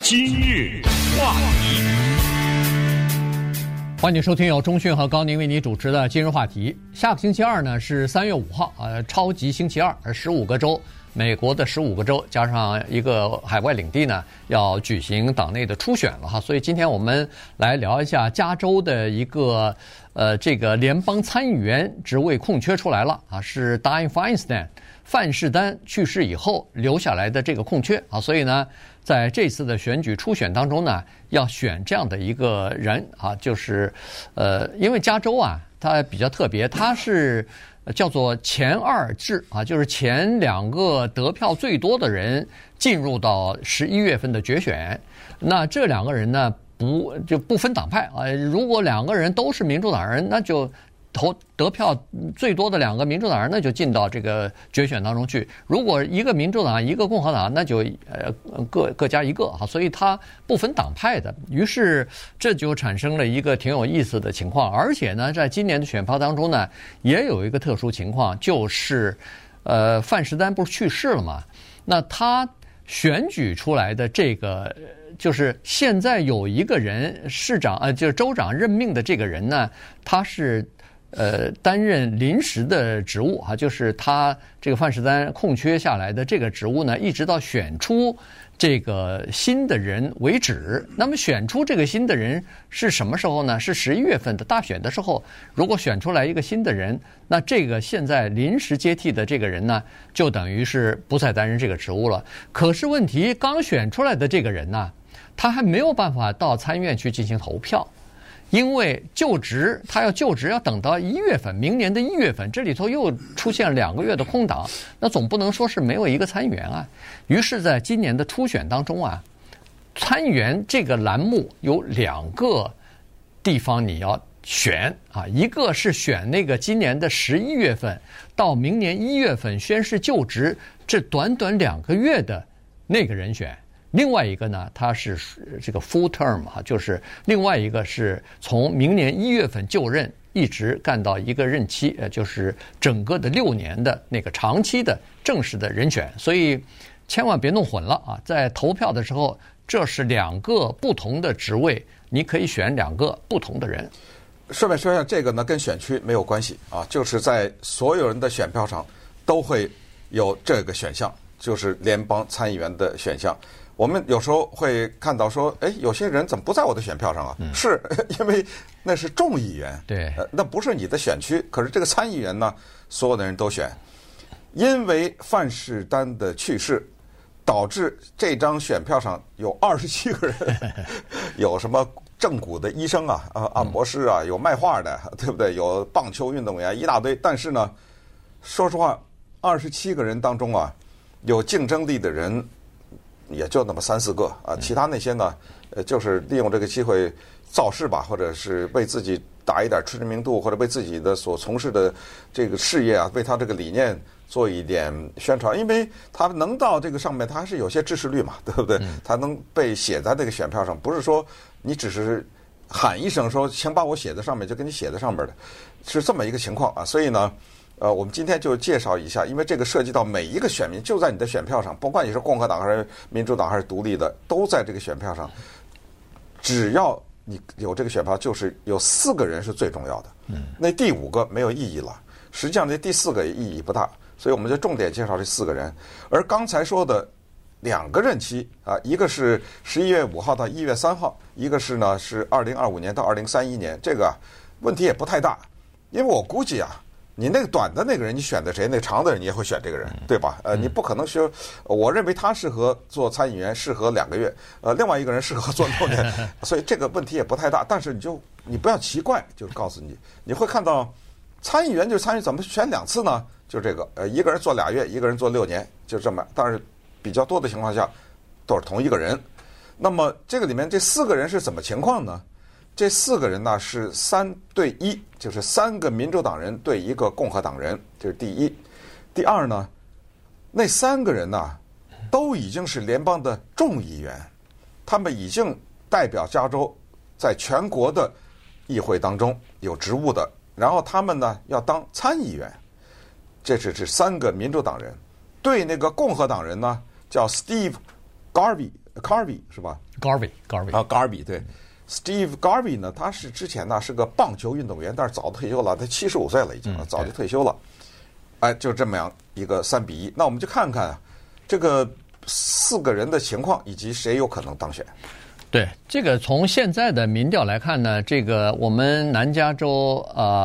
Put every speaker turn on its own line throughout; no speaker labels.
今日话题，
欢迎收听由钟讯和高宁为你主持的今日话题。下个星期二呢是3月5号，超级星期二，15个州，美国的15个州加上一个海外领地呢，要举行党内的初选了哈。所以今天我们来聊一下加州的一个这个联邦参议员职位空缺出来了啊，是 Dianne Feinstein 范士丹去世以后留下来的这个空缺啊，所以呢，在这次的选举初选当中呢，要选这样的一个人啊，就是因为加州啊，它比较特别，它是叫做前二制啊，就是前两个得票最多的人进入到11月份的决选，那这两个人呢不分党派啊，如果两个人都是民主党人，那就得票最多的两个民主党人，那就进到这个决选当中去。如果一个民主党一个共和党，那就各加一个啊，所以他不分党派的。于是这就产生了一个挺有意思的情况，而且呢，在今年的选票当中呢，也有一个特殊情况，就是范士丹不是去世了嘛？那他选举出来的这个，就是现在有一个人市长就是州长任命的这个人呢，他是担任临时的职务啊，就是他这个范士丹空缺下来的这个职务呢，一直到选出这个新的人为止。那么选出这个新的人是什么时候呢？是11月份的大选的时候。如果选出来一个新的人，那这个现在临时接替的这个人呢，就等于是不再担任这个职务了。可是问题，刚选出来的这个人呢，他还没有办法到参议院去进行投票。因为他要就职要等到1月份，明年的1月份，这里头又出现2个月的空档，那总不能说是没有一个参议员啊。于是在今年的初选当中啊，参议员这个栏目有2个地方你要选啊，一个是选那个今年的11月份到明年1月份宣誓就职这短短2个月的那个人选。另外一个呢，他是这个 full term 啊，就是另外一个是从明年1月份就任，一直干到一个任期，就是整个的6年的那个长期的正式的人选。所以千万别弄混了啊！在投票的时候，这是2个不同的职位，你可以选2个不同的人。
顺便说一下，这个呢跟选区没有关系啊，就是在所有人的选票上都会有这个选项，就是联邦参议员的选项。我们有时候会看到说，哎，有些人怎么不在我的选票上啊？是因为那是众议员，
对，
那不是你的选区。可是这个参议员呢，所有的人都选。因为范士丹的去世，导致这张选票上有27个人，有什么正骨的医生啊，按摩师啊，有卖画的，对不对？有棒球运动员，一大堆。但是呢，说实话，27个人当中啊，有竞争力的人也就那么3、4个啊，其他那些呢，就是利用这个机会造势吧，或者是为自己打一点知名度，或者为自己的所从事的这个事业啊，为他这个理念做一点宣传，因为他能到这个上面，他还是有些支持率嘛，对不对？他能被写在这个选票上，不是说你只是喊一声说请把我写在上面，就给你写在上面的，是这么一个情况啊。所以呢，我们今天就介绍一下，因为这个涉及到每一个选民，就在你的选票上，不管你是共和党还是民主党还是独立的，都在这个选票上。只要你有这个选票，就是有4个人是最重要的。那第5个没有意义了。实际上，这第4个也意义不大，所以我们就重点介绍这4个人。而刚才说的2个任期啊，一个是11月5号到1月3号，一个是2025年到2031年，这个问题也不太大，因为我估计啊。你那个短的那个人，你选的谁？那长的人你也会选这个人，对吧？你不可能说，我认为他适合做参议员，适合2个月，另外一个人适合做6年，所以这个问题也不太大。但是你不要奇怪，就是告诉你会看到参议员怎么选2次呢？就这个，一个人做2月，一个人做6年，就这么。但是比较多的情况下都是同一个人。那么这个里面这4个人是怎么情况呢？这4个人呢是3对1，就是3个民主党人对1个共和党人，这是第一。第二呢，那3个人呢都已经是联邦的众议员，他们已经代表加州在全国的议会当中有职务的，然后他们呢要当参议员。这是3个民主党人对那个共和党人呢叫 Steve Garvey， Garvey 是吧
Garvey
啊 Garvey 对 Steve Garvey 呢，他是之前呢是个棒球运动员，但是早退休了，他75岁了已经了，早就退休了。哎，就这么样一个3-1。那我们就看看这个4个人的情况以及谁有可能当选。
对，这个从现在的民调来看呢，这个我们南加州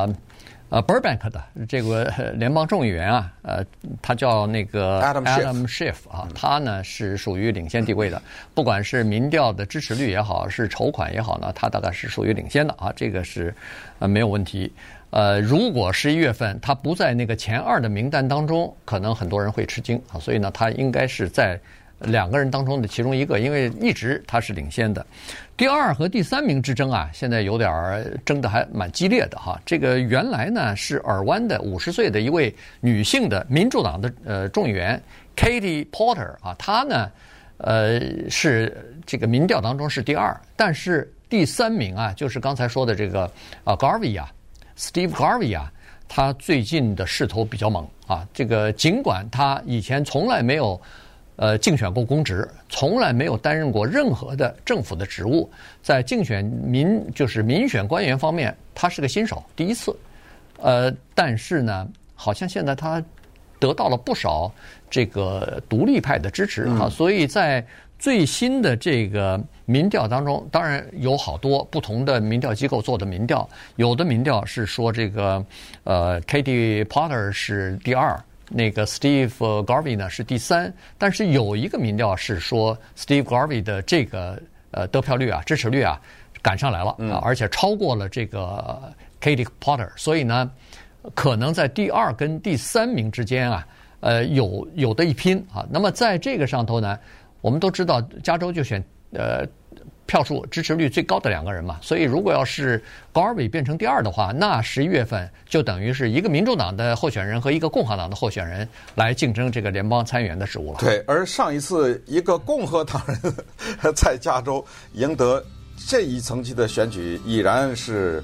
Burbank 的这个联邦众议员啊，他叫那个 Adam Schiff 啊，他呢是属于领先地位的，不管是民调的支持率也好，是筹款也好呢，他大概是属于领先的啊，这个是没有问题。如果11月份他不在那个前2的名单当中，可能很多人会吃惊啊，所以呢，他应该是在2个人当中的其中一个，因为一直他是领先的。第2和第3名之争啊，现在有点争得还蛮激烈的哈。这个原来呢是尔湾的50岁的一位女性的民主党的众议员 Katie Porter 啊，她呢是这个民调当中是第2，但是第3名啊，就是刚才说的这个Garvey 啊 ，Steve Garvey 啊，他最近的势头比较猛啊。这个尽管他以前从来没有竞选过公职，从来没有担任过任何的政府的职务，在竞选就是民选官员方面，他是个新手，第一次。但是呢，好像现在他得到了不少这个独立派的支持啊，所以在最新的这个民调当中，当然有好多不同的民调机构做的民调，有的民调是说这个Katie Porter 是第2。那个 Steve Garvey 呢是第3，但是有一个民调是说 Steve Garvey 的这个得票率啊、支持率啊赶上来了啊，而且超过了这个 Katie Porter， 所以呢，可能在第2跟第3名之间啊，有的一拼啊。那么在这个上头呢，我们都知道加州就选票数支持率最高的2个人嘛，所以如果要是 Garvey 变成第2的话，那11月份就等于是一个民主党的候选人和一个共和党的候选人来竞争这个联邦参议员的职务了。
对，而上一次一个共和党人在加州赢得这一层级的选举，已然是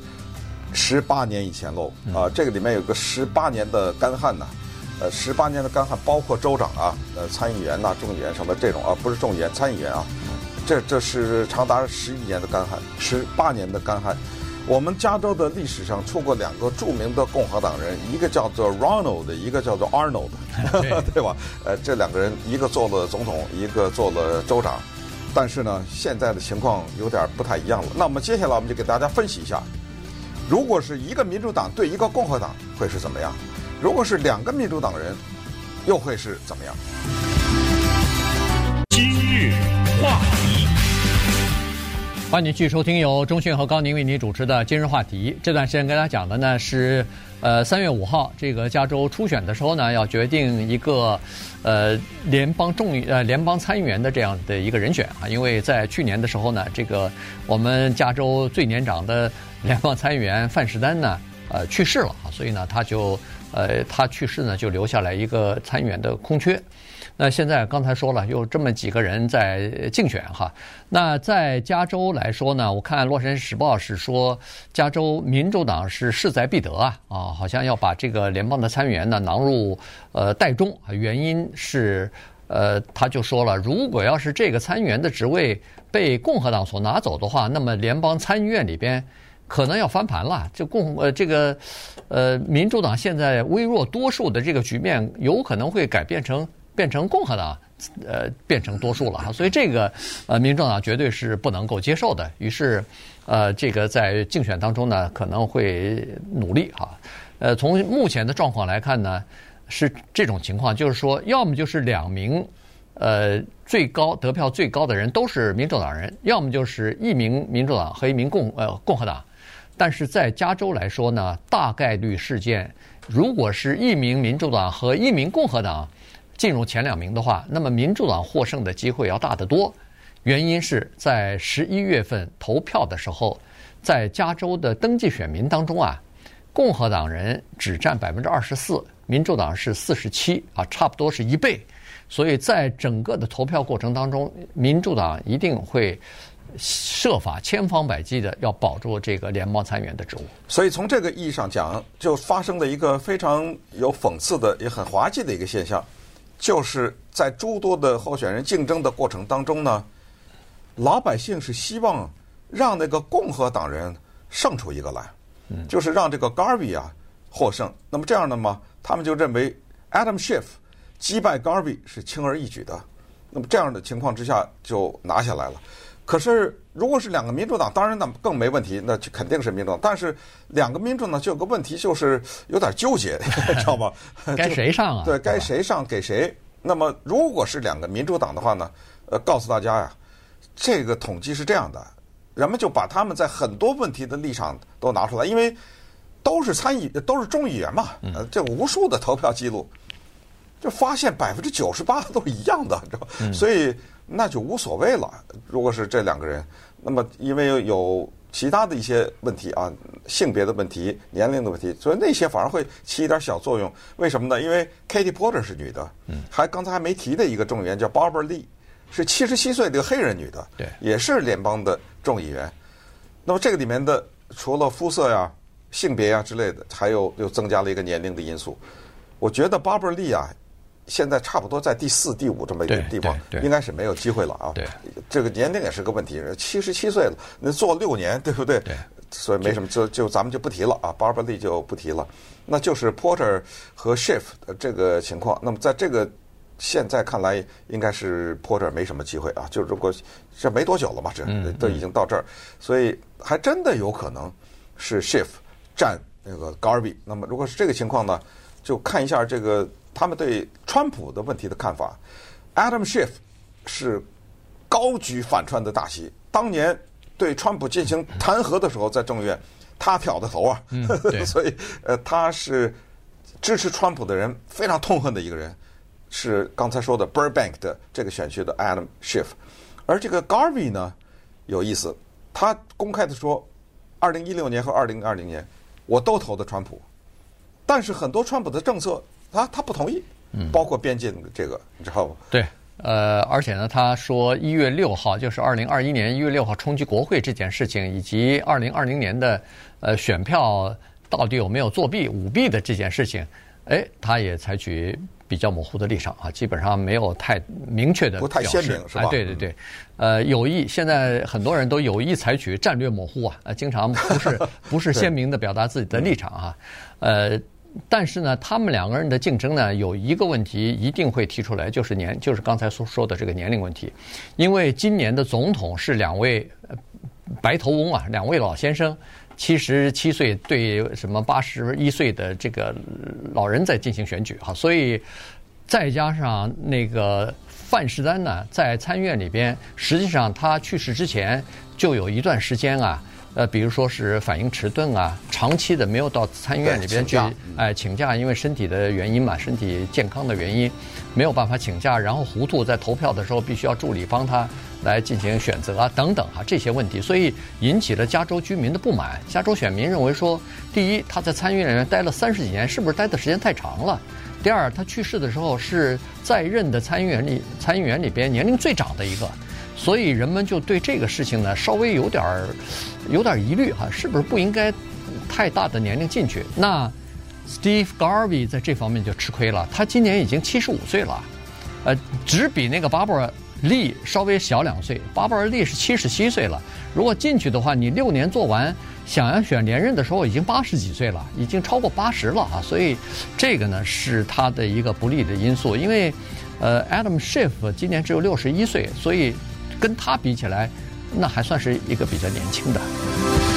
18年以前喽啊！这个里面有个18年的干旱呐，18年的干旱包括州长啊、参议员呐、众议员什么这种啊，不是众议员，参议员啊。这是长达11年的干旱，18年的干旱。我们加州的历史上出过2个著名的共和党人，一个叫做 Ronald， 一个叫做 Arnold， 对吧？这2个人一个做了总统，一个做了州长。但是呢，现在的情况有点不太一样了。那么接下来我们就给大家分析一下，如果是一个民主党对一个共和党会是怎么样？如果是2个民主党人，又会是怎么样？
今日话题，
欢迎继续收听由钟迅和高宁为你主持的今日话题。这段时间跟大家讲的呢是3月5号这个加州初选的时候呢，要决定一个联邦参议员的这样的一个人选啊。因为在去年的时候呢，这个我们加州最年长的联邦参议员范士丹呢去世了啊，所以呢他去世呢就留下来一个参议员的空缺。那现在刚才说了，有这么几个人在竞选哈。那在加州来说呢，我看《洛杉矶时报》是说，加州民主党是势在必得啊，好像要把这个联邦的参议员呢囊入袋中。原因是他就说了，如果要是这个参议员的职位被共和党所拿走的话，那么联邦参议院里边可能要翻盘了。民主党现在微弱多数的这个局面，有可能会变成共和党变成多数了哈，所以这个民主党绝对是不能够接受的。于是这个在竞选当中呢，可能会努力哈。从目前的状况来看呢，是这种情况，就是说，要么就是2名得票最高的人都是民主党人，要么就是1名民主党和1名共和党。但是在加州来说呢，大概率事件，如果是1名民主党和1名共和党进入前2名的话，那么民主党获胜的机会要大得多。原因是在11月份投票的时候，在加州的登记选民当中啊，共和党人只占24%，民主党是47%啊，差不多是1倍。所以在整个的投票过程当中，民主党一定会设法千方百计的要保住这个联邦参议员的职务。
所以从这个意义上讲，就发生了一个非常有讽刺的也很滑稽的一个现象，就是在诸多的候选人竞争的过程当中呢， 老百姓是希望让那个共和党人胜出一个来，就是让这个 Garvey 啊获胜。那么这样的嘛，他们就认为 Adam Schiff 击败 Garvey 是轻而易举的。那么这样的情况之下就拿下来了。可是如果是两个民主党，当然那更没问题，那就肯定是民主党。但是两个民主呢，就有个问题，就是有点纠结，知道吗？
该谁上啊？
对，该谁上给谁？那么如果是两个民主党的话呢，告诉大家呀，这个统计是这样的，人们就把他们在很多问题的立场都拿出来，因为都是都是众议员嘛，这无数的投票记录，就发现98%都是一样的，知道吧？所以那就无所谓了。如果是这两个人，那么因为有其他的一些问题啊，性别的问题、年龄的问题，所以那些反而会起一点小作用。为什么呢？因为 Katie Porter 是女的，刚才还没提的一个众议员叫 Barbara Lee， 是77岁的一个黑人女的，
对，
也是联邦的众议员。那么这个里面的除了肤色呀、性别呀之类的，还又增加了一个年龄的因素。我觉得 Barbara Lee 啊，现在差不多在第4、第5这么一个地方，应该是没有机会了啊。
对，
这个年龄也是个问题，77岁了，那做6年，对不对？
对，
所以没什么，就咱们就不提了啊。Barbara Lee 就不提了，那就是 Porter 和 Schiff 的这个情况。那么在这个现在看来，应该是 Porter 没什么机会啊。就如果这没多久了嘛，这都已经到这儿，所以还真的有可能是 Schiff 占那个 Garvey。那么如果是这个情况呢，就看一下这个他们对川普的问题的看法。Adam Schiff 是高举反川的大旗，当年对川普进行弹劾的时候，在众议院他挑的头啊，所以他是支持川普的人非常痛恨的一个人，是刚才说的 Burbank 的这个选区的 Adam Schiff。而这个 Garvey 呢有意思，他公开的说2016年和2020年我都投的川普，但是很多川普的政策他不同意，包括边境这个，你知道吗？
对，而且呢，他说1月6号，就是2021年1月6号冲击国会这件事情，以及2020年的选票到底有没有作弊、舞弊的这件事情，他也采取比较模糊的立场啊，基本上没有太明确的表示，
不太鲜明是吧？
对对对，有意，现在很多人都有意采取战略模糊啊，经常不是鲜明的表达自己的立场啊，但是呢，他们两个人的竞争呢，有一个问题一定会提出来，就是刚才所说的这个年龄问题，因为今年的总统是两位白头翁啊，两位老先生。77岁对什么81岁的这个老人在进行选举哈，所以再加上那个范士丹呢，在参议院里边，实际上他去世之前就有一段时间啊，比如说是反应迟钝啊，长期的没有到参议院里边去请假，因为身体的原因嘛，身体健康的原因没有办法请假，然后糊涂在投票的时候必须要助理帮他来进行选择啊，等等啊，这些问题，所以引起了加州居民的不满。加州选民认为说，第一，他在参议院里面待了30几年，是不是待的时间太长了？第二，他去世的时候是在任的参议员里边年龄最长的一个，所以人们就对这个事情呢稍微有点疑虑哈，是不是不应该太大的年龄进去？那 Steve Garvey 在这方面就吃亏了，他今年已经75岁了，只比那个Barbara Lee稍微小2岁，Barbara Lee是77岁了。如果进去的话，你6年做完，想要选连任的时候已经80几岁了，已经超过80了啊。所以这个呢是他的一个不利的因素。因为Adam Schiff 今年只有61岁，所以跟他比起来，那还算是一个比较年轻的。